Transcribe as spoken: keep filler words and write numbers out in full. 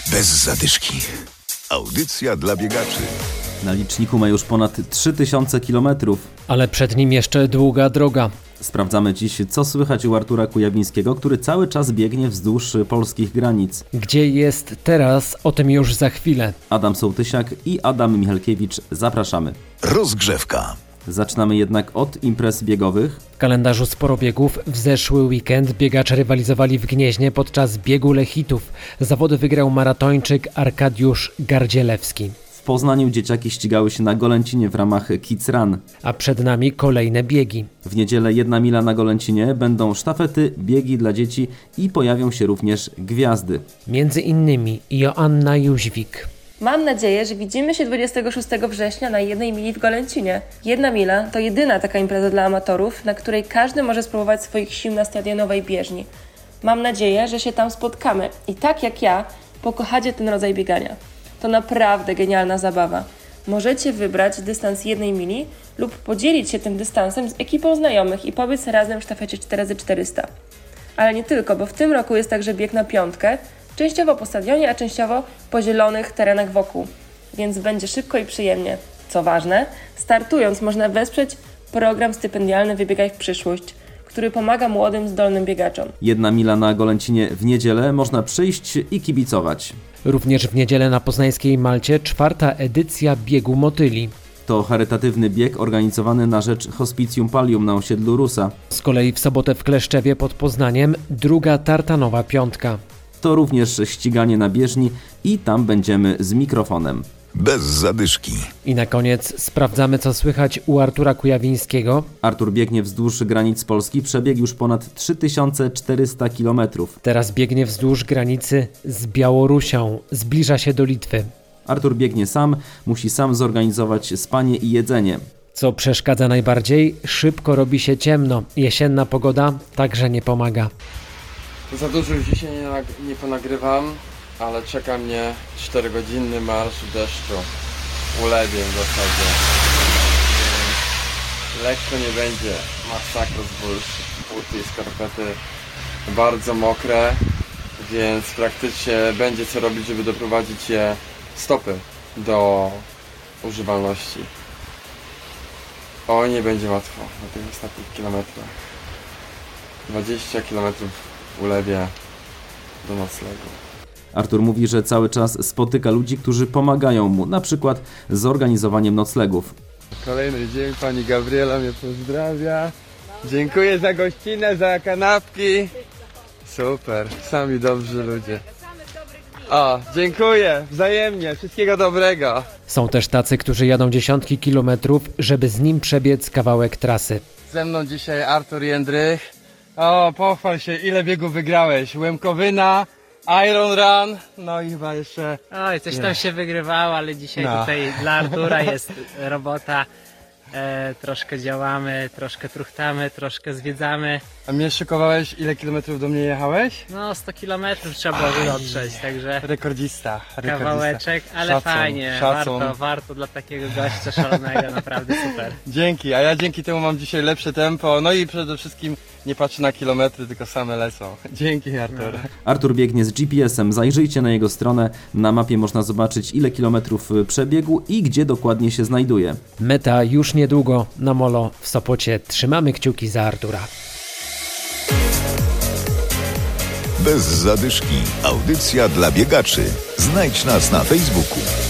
Bez zadyszki. Audycja dla biegaczy. Na liczniku ma już ponad trzy tysiące kilometrów. Ale przed nim jeszcze długa droga. Sprawdzamy dziś, co słychać u Artura Kujawińskiego, który cały czas biegnie wzdłuż polskich granic. Gdzie jest teraz, o tym już za chwilę. Adam Sołtysiak i Adam Michalkiewicz. Zapraszamy. Rozgrzewka. Zaczynamy jednak od imprez biegowych. W kalendarzu sporo biegów. W zeszły weekend biegacze rywalizowali w Gnieźnie podczas biegu Lechitów. Zawody wygrał maratończyk Arkadiusz Gardzielewski. W Poznaniu dzieciaki ścigały się na Golęcinie w ramach Kids Run. A przed nami kolejne biegi. W niedzielę jedna mila na Golęcinie, będą sztafety, biegi dla dzieci i pojawią się również gwiazdy. Między innymi Joanna Jóźwik. Mam nadzieję, że widzimy się dwudziestego szóstego września na jednej mili w Golęcinie. Jedna mila to jedyna taka impreza dla amatorów, na której każdy może spróbować swoich sił na stadionowej bieżni. Mam nadzieję, że się tam spotkamy i tak jak ja, pokochacie ten rodzaj biegania. To naprawdę genialna zabawa. Możecie wybrać dystans jednej mili lub podzielić się tym dystansem z ekipą znajomych i pobiec razem w sztafecie cztery razy czterysta. Ale nie tylko, bo w tym roku jest także bieg na piątkę, częściowo po stadionie, a częściowo po zielonych terenach wokół. Więc będzie szybko i przyjemnie. Co ważne, startując można wesprzeć program stypendialny Wybiegaj w przyszłość, który pomaga młodym, zdolnym biegaczom. Jedna mila na Golęcinie w niedzielę, można przyjść i kibicować. Również w niedzielę na poznańskiej Malcie czwarta edycja biegu Motyli. To charytatywny bieg organizowany na rzecz Hospicjum Pallium na osiedlu Rusa. Z kolei w sobotę w Kleszczewie pod Poznaniem druga tartanowa piątka. To również ściganie na bieżni i tam będziemy z mikrofonem. Bez zadyszki. I na koniec sprawdzamy, co słychać u Artura Kujawińskiego. Artur biegnie wzdłuż granic Polski, przebiegł już ponad trzy tysiące czterysta kilometrów. Teraz biegnie wzdłuż granicy z Białorusią. Zbliża się do Litwy. Artur biegnie sam, musi sam zorganizować spanie i jedzenie. Co przeszkadza najbardziej? Szybko robi się ciemno. Jesienna pogoda także nie pomaga. Za dużo już dzisiaj nie, nag- nie ponagrywam, ale czeka mnie czterogodzinny marsz w deszczu, ulewie w zasadzie. Więc lekko nie będzie, masakra z burz, buty i skarpety bardzo mokre, więc praktycznie będzie co robić, żeby doprowadzić je stopy do używalności. O, nie będzie łatwo na tych ostatnich kilometrach. dwadzieścia kilometrów w ulewie do noclegu. Artur mówi, że cały czas spotyka ludzi, którzy pomagają mu, na przykład z organizowaniem noclegów. Kolejny dzień, pani Gabriela mnie pozdrawia. Dziękuję za gościnę, za kanapki. Super, sami dobrzy ludzie. O, dziękuję, wzajemnie, wszystkiego dobrego. Są też tacy, którzy jadą dziesiątki kilometrów, żeby z nim przebiec kawałek trasy. Ze mną dzisiaj Artur Jędrych. O, pochwal się, ile biegów wygrałeś? Łemkowyna, Iron Run, no i chyba jeszcze... Oj, coś tam się wygrywało, ale dzisiaj No. tutaj dla Artura jest robota. E, troszkę działamy, troszkę truchtamy, troszkę zwiedzamy. A mnie szykowałeś, ile kilometrów do mnie jechałeś? No sto kilometrów trzeba było dotrzeć, także Rekordzista, rekordzista. kawałeczek, ale Szacun, fajnie, szacun. warto, warto dla takiego gościa szalonego, naprawdę super. Dzięki, a ja dzięki temu mam dzisiaj lepsze tempo, no i przede wszystkim nie patrzę na kilometry, tylko same lecą. Dzięki, Artur. Artur biegnie z G P S-em, zajrzyjcie na jego stronę, na mapie można zobaczyć, ile kilometrów przebiegł i gdzie dokładnie się znajduje. Meta już niedługo na Molo w Sopocie. Trzymamy kciuki za Artura. Bez zadyszki. Audycja dla biegaczy. Znajdź nas na Facebooku.